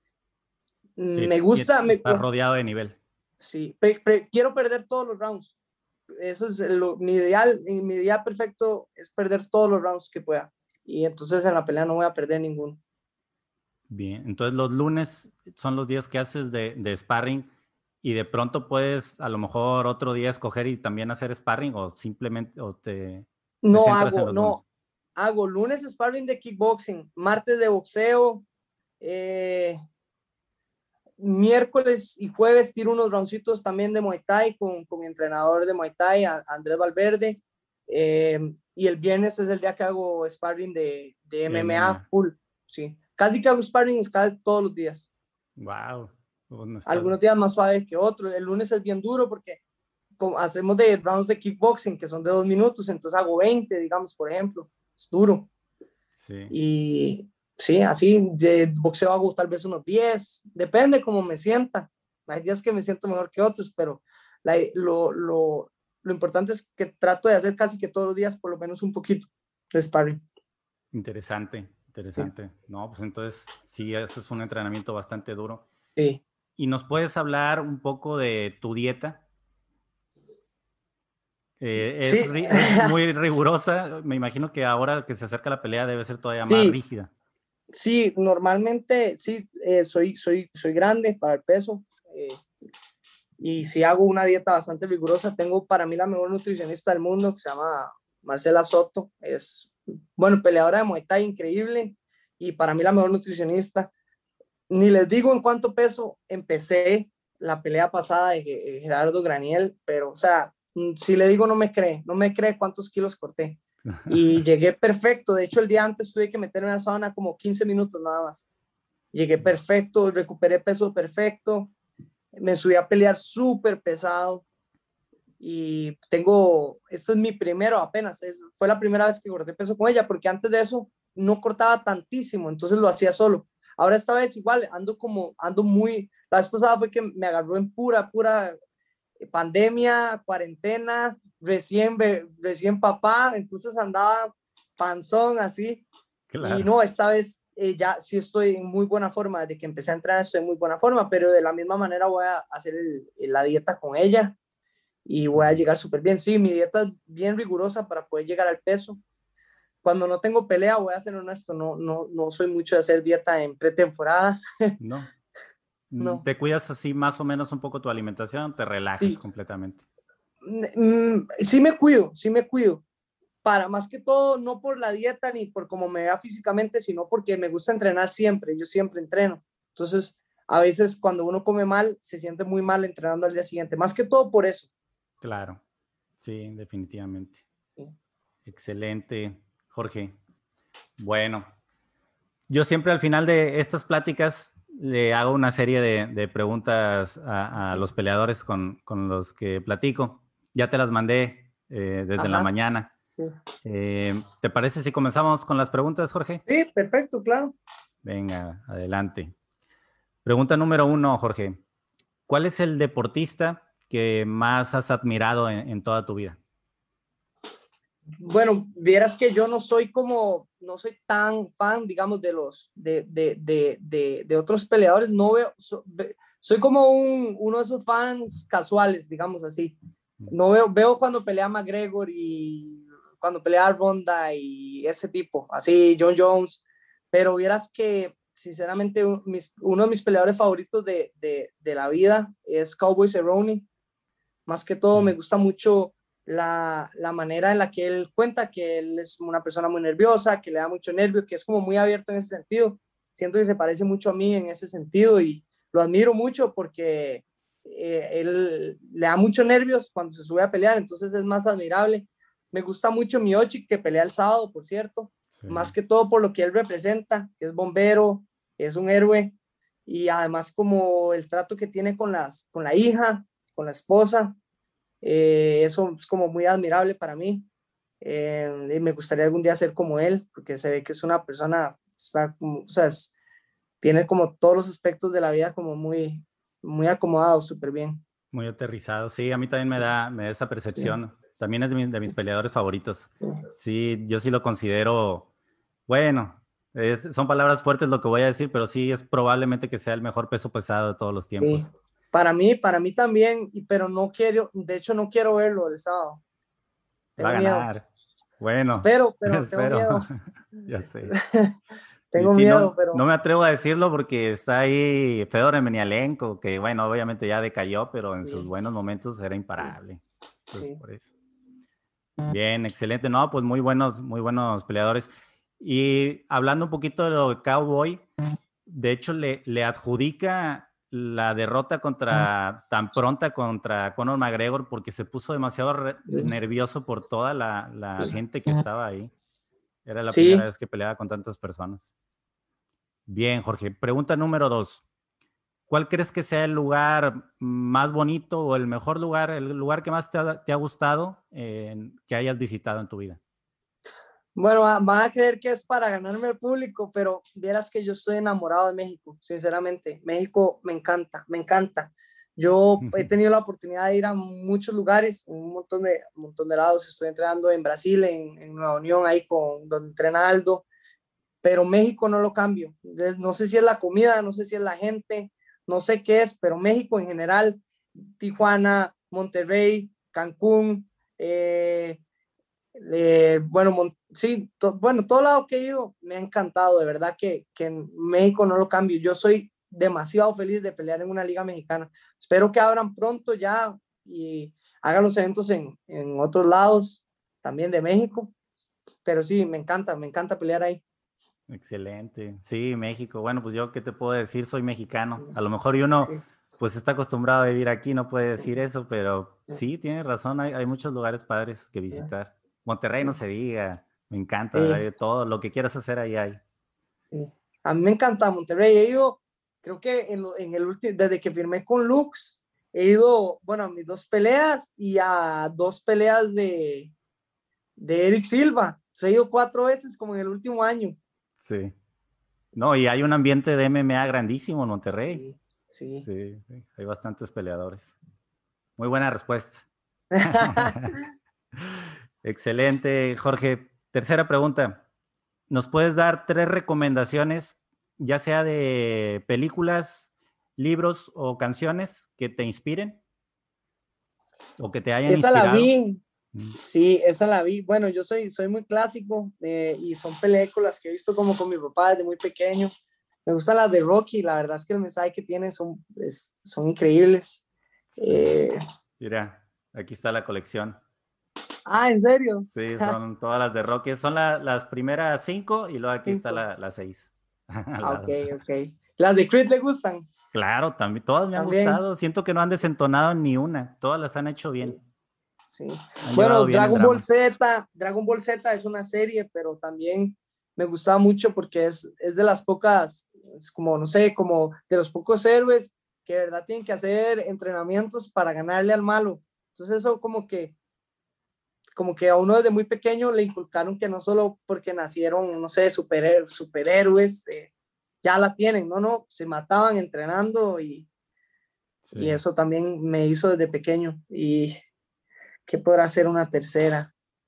Sí, me gusta, me, estás rodeado de nivel. sí, pe, pe, quiero perder todos los rounds. Eso es lo, mi ideal, mi ideal perfecto es perder todos los rounds que pueda. Y entonces en la pelea no voy a perder ninguno. Bien, entonces los lunes son los días que haces de, de sparring y de pronto puedes a lo mejor otro día escoger y también hacer sparring o simplemente o te, te No centras en hago, los lunes. no, hago lunes sparring de kickboxing, martes de boxeo, eh, miércoles y jueves tiro unos roundcitos también de Muay Thai con, con mi entrenador de Muay Thai, Andrés Valverde, eh, y el viernes es el día que hago sparring de, de M M A full, sí. Casi que hago sparring casi todos los días. Wow. Bueno, estás... Algunos días más suaves que otros. El lunes es bien duro porque como hacemos de rounds de kickboxing que son de dos minutos, entonces hago veinte, digamos, por ejemplo. Es duro. Sí. Y sí, así de boxeo hago tal vez unos diez, depende cómo me sienta. Hay días que me siento mejor que otros, pero la, lo, lo, lo importante es que trato de hacer casi que todos los días por lo menos un poquito de sparring. Interesante, interesante. Sí. No, pues entonces sí, ese es un entrenamiento bastante duro. Sí. ¿Y nos puedes hablar un poco de tu dieta? Eh, es, sí. es muy rigurosa. Me imagino que ahora que se acerca la pelea debe ser todavía sí. más rígida. Sí, normalmente sí, eh, soy, soy, soy grande para el peso eh, y sí hago una dieta bastante rigurosa. Tengo para mí la mejor nutricionista del mundo que se llama Marcela Soto. Es, bueno, peleadora de Muay Thai increíble y para mí la mejor nutricionista. Ni les digo en cuánto peso empecé la pelea pasada de Gerardo Graniel, pero o sea, si le digo no me cree, no me cree cuántos kilos corté. Y llegué perfecto. De hecho, el día antes tuve que meterme en la sauna como quince minutos nada más. Llegué perfecto, recuperé peso perfecto, me subí a pelear súper pesado y tengo, este es mi primero apenas, es, fue la primera vez que corté peso con ella, porque antes de eso no cortaba tantísimo, entonces lo hacía solo. Ahora esta vez igual, ando como, ando muy, la vez pasada fue que me agarró en pura, pura pandemia, cuarentena, recién, recién papá, entonces andaba panzón así. Claro. Y no, esta vez eh, ya sí estoy en muy buena forma, desde que empecé a entrenar estoy en muy buena forma, pero de la misma manera voy a hacer el, la dieta con ella y voy a llegar súper bien. Sí, mi dieta es bien rigurosa para poder llegar al peso. Cuando no tengo pelea, voy a ser honesto, no, no, no soy mucho de hacer dieta en pretemporada. No. No. ¿Te cuidas así más o menos un poco tu alimentación? ¿Te relajas sí. completamente? Sí me cuido, sí me cuido. Para más que todo, no por la dieta ni por cómo me vea físicamente, sino porque me gusta entrenar siempre. Yo siempre entreno. Entonces, a veces cuando uno come mal, se siente muy mal entrenando al día siguiente. Más que todo por eso. Claro. Sí, definitivamente. Sí. Excelente, Jorge. Bueno, yo siempre al final de estas pláticas le hago una serie de, de preguntas a, a, los peleadores con, con los que platico. Ya te las mandé eh, desde Ajá. la mañana. Sí. Eh, ¿Te parece si comenzamos con las preguntas, Jorge? Sí, perfecto, claro. Venga, adelante. Pregunta número uno, Jorge. ¿Cuál es el deportista que más has admirado en, en toda tu vida? Bueno, vieras que yo no soy como, no soy tan fan, digamos, de los, de, de, de, de, de otros peleadores. No veo, so, soy como un, uno de esos fans casuales, digamos así. No veo, veo cuando pelea McGregor y cuando pelea Ronda y ese tipo, así John Jones. Pero vieras que, sinceramente, un, mis, uno de mis peleadores favoritos de, de, de la vida es Cowboy Cerrone. Más que todo, me gusta mucho la, la manera en la que él cuenta que él es una persona muy nerviosa, que le da mucho nervio, que es como muy abierto en ese sentido. Siento que se parece mucho a mí en ese sentido y lo admiro mucho porque eh, él le da mucho nervios cuando se sube a pelear, entonces es más admirable. Me gusta mucho Miocic, que pelea el sábado, por cierto, sí. Más que todo por lo que él representa, que es bombero, es un héroe y además como el trato que tiene con, las, con la hija, con la esposa. Eh, eso es como muy admirable para mí eh, y me gustaría algún día ser como él porque se ve que es una persona está como, o sea, es, tiene como todos los aspectos de la vida como muy muy acomodado, súper bien, muy aterrizado. Sí, a mí también me da, me da esa percepción. Sí. También es de mis, de mis peleadores favoritos. Sí, yo sí lo considero, bueno, es, son palabras fuertes lo que voy a decir, pero sí es probablemente que sea el mejor peso pesado de todos los tiempos. Sí. Para mí, para mí también, pero no quiero, de hecho no quiero verlo el sábado. Tengo Va a ganar. Miedo. Bueno. Espero, pero espero. tengo miedo. Ya sé. tengo sí, miedo, no, pero no me atrevo a decirlo porque está ahí Fedor Emelianenko, que bueno, obviamente ya decayó, pero en sus sí, buenos momentos era sí, imparable. Entonces, sí. por eso. Bien, excelente. No, pues muy buenos, muy buenos peleadores. Y hablando un poquito de lo de Cowboy, de hecho le, le adjudica la derrota contra tan pronta contra Conor McGregor porque se puso demasiado re- nervioso por toda la, la gente que estaba ahí. Era la primera Sí, vez que peleaba con tantas personas. Bien, Jorge. Pregunta número dos. ¿Cuál crees que sea el lugar más bonito o el mejor lugar, el lugar que más te ha, te ha gustado eh, que hayas visitado en tu vida? bueno, va- van a creer que es para ganarme el público, pero vieras que yo estoy enamorado de México, sinceramente. México me encanta, me encanta. Yo he tenido la oportunidad de ir a muchos lugares, en un montón de, un montón de lados. Estoy entrenando en Brasil, en, en Nueva Unión, ahí con donde entrena Aldo, pero México no lo cambio. Entonces, no sé si es la comida, no sé si es la gente, no sé qué es, pero México en general, Tijuana, Monterrey, Cancún, eh, eh, bueno, mon, sí, to, bueno, todo lado que he ido me ha encantado, de verdad que, que en México no lo cambio. Yo soy demasiado feliz de pelear en una liga mexicana. Espero que abran pronto ya y hagan los eventos en, en otros lados también de México, pero sí, me encanta, me encanta pelear ahí. Excelente. Sí, México. Bueno, pues yo qué te puedo decir, soy mexicano. A lo mejor y uno Sí, pues está acostumbrado a vivir aquí, no puede decir sí, eso, pero sí, tienes razón, hay, hay muchos lugares padres que sí, visitar. Monterrey no se diga, me encanta, sí, hay de todo, lo que quieras hacer ahí hay. sí. A mí me encanta Monterrey. He ido, creo que en, lo- en el último, desde que firmé con Lux, he ido, bueno, a mis dos peleas y a dos peleas de, de Eric Silva. Se ha ido cuatro veces como en el último año. Sí. No, y hay un ambiente de M M A grandísimo en Monterrey. Sí, sí. Sí, sí, hay bastantes peleadores. Muy buena respuesta. Excelente, Jorge. Tercera pregunta. ¿Nos puedes dar tres recomendaciones, ya sea de películas, libros o canciones que te inspiren o que te hayan Esa la inspirado? vi, sí, esa la vi. Bueno, yo soy, soy muy clásico eh, y son películas que he visto como con mi papá desde muy pequeño. Me gustan las de Rocky, la verdad es que el mensaje que tienen son, es, son increíbles. Sí. Eh, Mira, aquí está la colección. ah, ¿en serio? Sí, son todas las de Rocky. Son la, las primeras cinco y luego aquí está Cinco. la, la seis al Ah, ok, lado. ok. ¿Las de Creed le gustan? Claro, también, todas me han También. gustado. Siento que no han desentonado ni una. Todas las han hecho bien. Sí, sí. Han Bueno, llevado bien el Dragon Ball drama. Z, Dragon Ball Z es una serie, pero también me gustaba mucho porque es, es de las pocas, es como, no sé, como de los pocos héroes que de verdad tienen que hacer entrenamientos para ganarle al malo. Entonces eso como que, como que a uno desde muy pequeño le inculcaron que no solo porque nacieron, no sé, superhéroes, superhéroes eh, ya la tienen, no, no, se mataban entrenando y, y Sí. eso también me hizo desde pequeño. Y ¿qué podrá ser una tercera?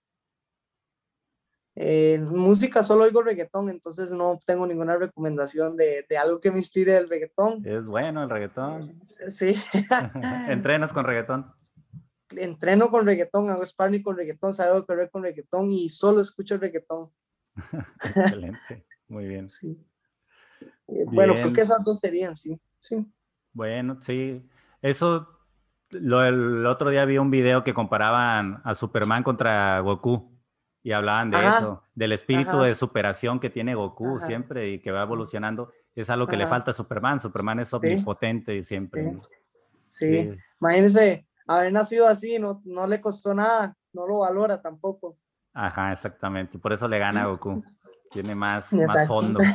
Eh, música solo oigo reggaetón, entonces no tengo ninguna recomendación de, de algo que me inspire el reggaetón. Es bueno el reggaetón. Eh, sí, ¿Entrenas con reggaetón? entreno con reggaetón, hago sparring con reggaetón, salgo a correr con reggaetón y solo escucho reggaetón. Excelente. Muy bien. Sí. Eh, bueno, creo que Bien. esas dos serían, sí. Sí. Bueno, sí. Eso, lo, el otro día vi un video que comparaban a Superman contra Goku y hablaban de Ajá, eso, del espíritu de ajá, superación que tiene Goku ajá. siempre y que va Sí, evolucionando. Es algo que le ajá, falta a Superman. Superman es sí, omnipotente sí, siempre. sí. Sí. Imagínense, haber nacido así, no, no le costó nada, no lo valora tampoco. Ajá, exactamente. Por eso le gana a Goku. Tiene más, más Exacto. fondo.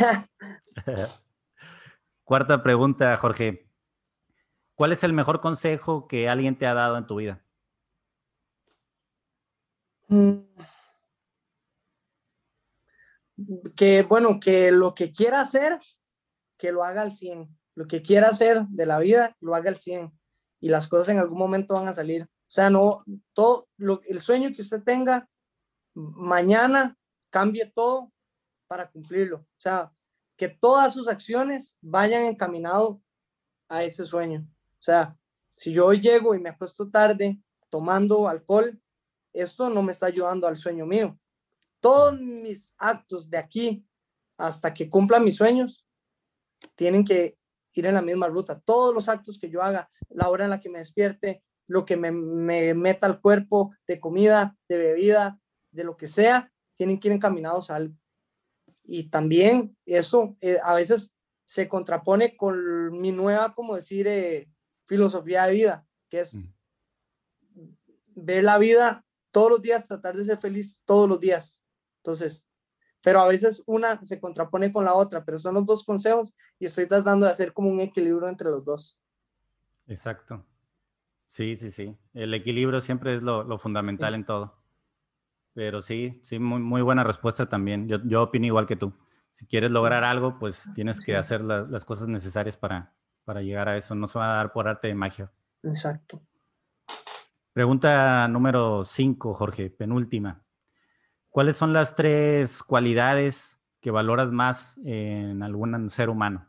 Cuarta pregunta, Jorge. ¿Cuál es el mejor consejo que alguien te ha dado en tu vida? Que bueno, que lo que quiera hacer, que lo haga al cien. Lo que quiera hacer de la vida, lo haga al cien. Y las cosas en algún momento van a salir. O sea, no, todo lo, el sueño que usted tenga, mañana cambie todo para cumplirlo. O sea, que todas sus acciones vayan encaminado a ese sueño. O sea, si yo hoy llego y me acuesto tarde tomando alcohol, esto no me está ayudando al sueño mío. Todos mis actos de aquí hasta que cumpla mis sueños, tienen que ir en la misma ruta. Todos los actos que yo haga, la hora en la que me despierte, lo que me, me meta al cuerpo de comida, de bebida, de lo que sea, tienen que ir encaminados a algo. Y también eso eh, a veces se contrapone con mi nueva, como decir, eh, filosofía de vida, que es mm. ver la vida todos los días, tratar de ser feliz todos los días. Entonces, pero a veces una se contrapone con la otra, pero son los dos consejos y estoy tratando de hacer como un equilibrio entre los dos. Exacto. Sí, sí, sí. El equilibrio siempre es lo, lo fundamental sí. en todo. Pero sí, sí, muy, muy buena respuesta también. Yo, yo opino igual que tú. Si quieres lograr algo, pues tienes que sí. hacer la, las cosas necesarias para, para llegar a eso. No se va a dar por arte de magia. Exacto. Pregunta número cinco, Jorge, penúltima. ¿Cuáles son las tres cualidades que valoras más en algún ser humano?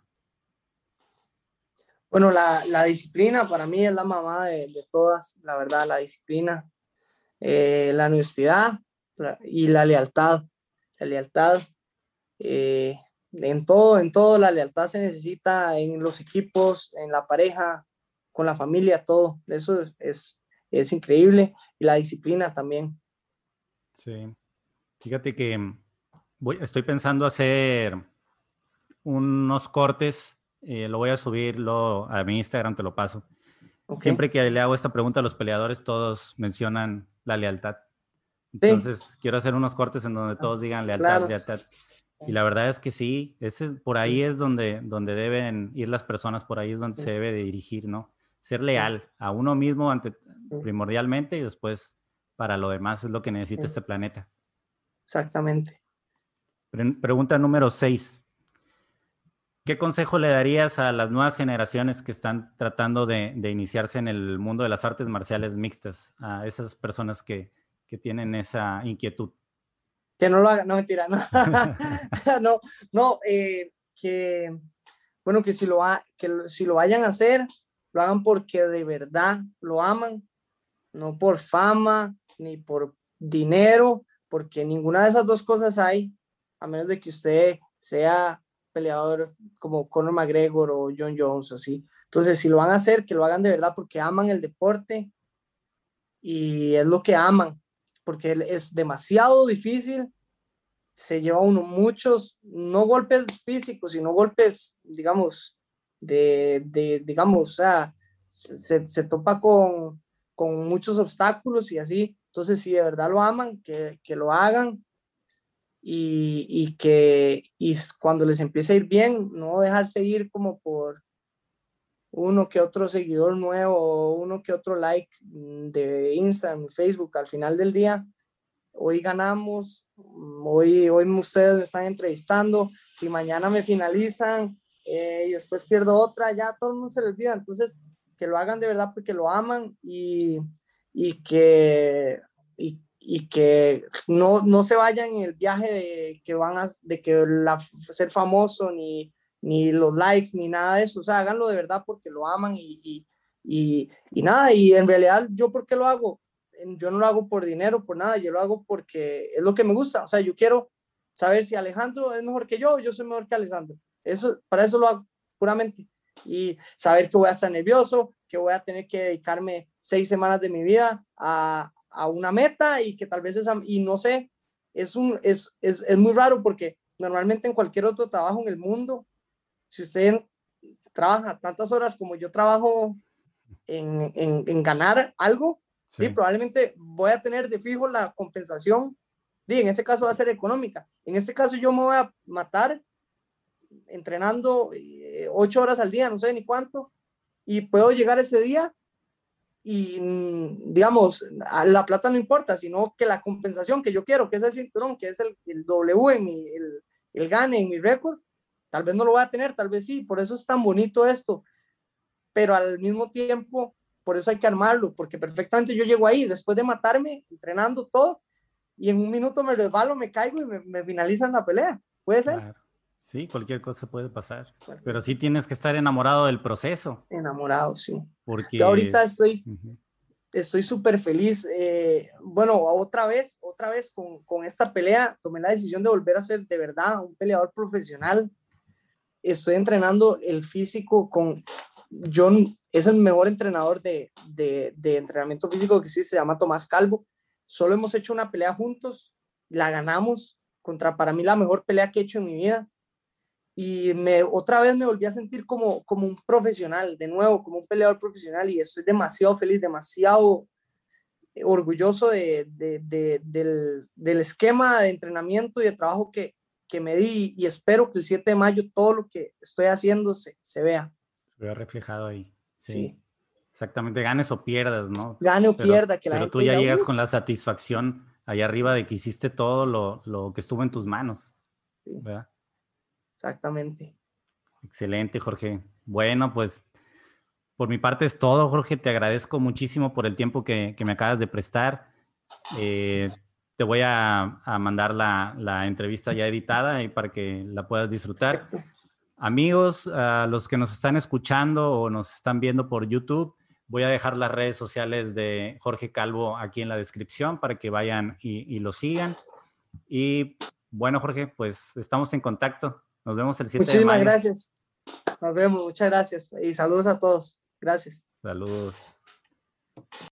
Bueno, la, la disciplina para mí es la mamá de, de todas, la verdad, la disciplina, eh, la honestidad la, y la lealtad. La lealtad, eh, en todo, en todo, la lealtad se necesita en los equipos, en la pareja, con la familia, todo. Eso es, es increíble. Y la disciplina también. Sí. Fíjate que voy, estoy pensando hacer unos cortes, eh, lo voy a subir lo, a mi Instagram, te lo paso. Okay. Siempre que le hago esta pregunta a los peleadores, todos mencionan la lealtad. Entonces, sí. quiero hacer unos cortes en donde todos digan lealtad, claro. lealtad. Y la verdad es que sí, ese, por ahí es donde, donde deben ir las personas, por ahí es donde sí. se debe de dirigir, ¿no? Ser leal sí. a uno mismo ante, sí. primordialmente y después para lo demás es lo que necesita sí. este planeta. Exactamente. Pre- pregunta número seis. ¿Qué consejo le darías a las nuevas generaciones que están tratando de, de iniciarse en el mundo de las artes marciales mixtas? A esas personas que, que tienen esa inquietud. Que no lo hagan, no mentira, no, no, no eh, que, bueno, que si, lo ha, que si lo vayan a hacer, lo hagan porque de verdad lo aman, no por fama, ni por dinero, porque ninguna de esas dos cosas hay, a menos de que usted sea peleador como Conor McGregor o John Jones, así. Entonces, si lo van a hacer, que lo hagan de verdad porque aman el deporte y es lo que aman, porque es demasiado difícil, se lleva uno muchos, no golpes físicos, sino golpes, digamos, de, de digamos, o sea, se, se topa con, con muchos obstáculos y así. Entonces, si de verdad lo aman, que, que lo hagan y, y que y cuando les empiece a ir bien, no dejarse ir como por uno que otro seguidor nuevo, uno que otro like de Instagram, Facebook. Al final del día, hoy ganamos, hoy, hoy ustedes me están entrevistando, si mañana me finalizan eh, y después pierdo otra, ya todo el mundo se les olvida. Entonces, que lo hagan de verdad porque lo aman y, y que, y, y que no, no se vayan en el viaje de que van a de que la, ser famoso ni, ni los likes ni nada de eso. O sea, háganlo de verdad porque lo aman y, y, y, y nada, y en realidad yo ¿por qué lo hago? Yo no lo hago por dinero, por nada, yo lo hago porque es lo que me gusta. O sea, yo quiero saber si Alejandro es mejor que yo o yo soy mejor que Alejandro. Eso, para eso lo hago puramente. Y saber que voy a estar nervioso, que voy a tener que dedicarme seis semanas de mi vida a, a una meta y que tal vez esa, y no sé, es, un, es, es, es muy raro porque normalmente en cualquier otro trabajo en el mundo, si usted trabaja tantas horas como yo trabajo en, en, en ganar algo, sí. Sí, probablemente voy a tener de fijo la compensación, sí, en ese caso va a ser económica. En este caso yo me voy a matar entrenando eh, ocho horas al día, no sé ni cuánto, y puedo llegar ese día y, digamos, a la plata no importa, sino que la compensación que yo quiero, que es el cinturón, que es el, el W en mi, el, el gane en mi récord, tal vez no lo voy a tener, tal vez sí, por eso es tan bonito esto, pero al mismo tiempo, por eso hay que armarlo, porque perfectamente yo llego ahí, después de matarme, entrenando todo, y en un minuto me resbalo, me caigo y me, me finalizan la pelea. ¿Puede ser? Claro. Sí, cualquier cosa puede pasar, cualquier pero sí tienes que estar enamorado del proceso. Enamorado, sí. Porque... Yo ahorita estoy, uh-huh. estoy súper feliz. Eh, bueno, otra vez, otra vez con, con esta pelea, tomé la decisión de volver a ser de verdad un peleador profesional. Estoy entrenando el físico con John, es el mejor entrenador de, de, de entrenamiento físico que existe, se llama Tomás Calvo. Solo hemos hecho una pelea juntos, la ganamos contra para mí la mejor pelea que he hecho en mi vida. Y me, otra vez me volví a sentir como, como un profesional, de nuevo, como un peleador profesional, y estoy demasiado feliz, demasiado orgulloso de, de, de, del, del esquema de entrenamiento y de trabajo que, que me di, y espero que el siete de mayo todo lo que estoy haciendo se, se vea. Se vea reflejado ahí, sí. Sí. Exactamente, ganes o pierdas, ¿no? Gane o Pero, pierda, que la pero gente tú ya diga, llegas uff. con la satisfacción allá arriba de que hiciste todo lo, lo que estuvo en tus manos, Sí, ¿verdad? exactamente. Excelente, Jorge. Bueno, pues por mi parte es todo, Jorge. Te agradezco muchísimo por el tiempo que, que me acabas de prestar. Eh, te voy a, a mandar la, la entrevista ya editada y para que la puedas disfrutar. Perfecto. Amigos, a los que nos están escuchando o nos están viendo por YouTube, voy a dejar las redes sociales de Jorge Calvo aquí en la descripción para que vayan y, y lo sigan. Y bueno, Jorge, pues estamos en contacto. Nos vemos el siete de Muchísimas mayo. gracias. Nos vemos. Muchas gracias. Y saludos a todos. Gracias. Saludos.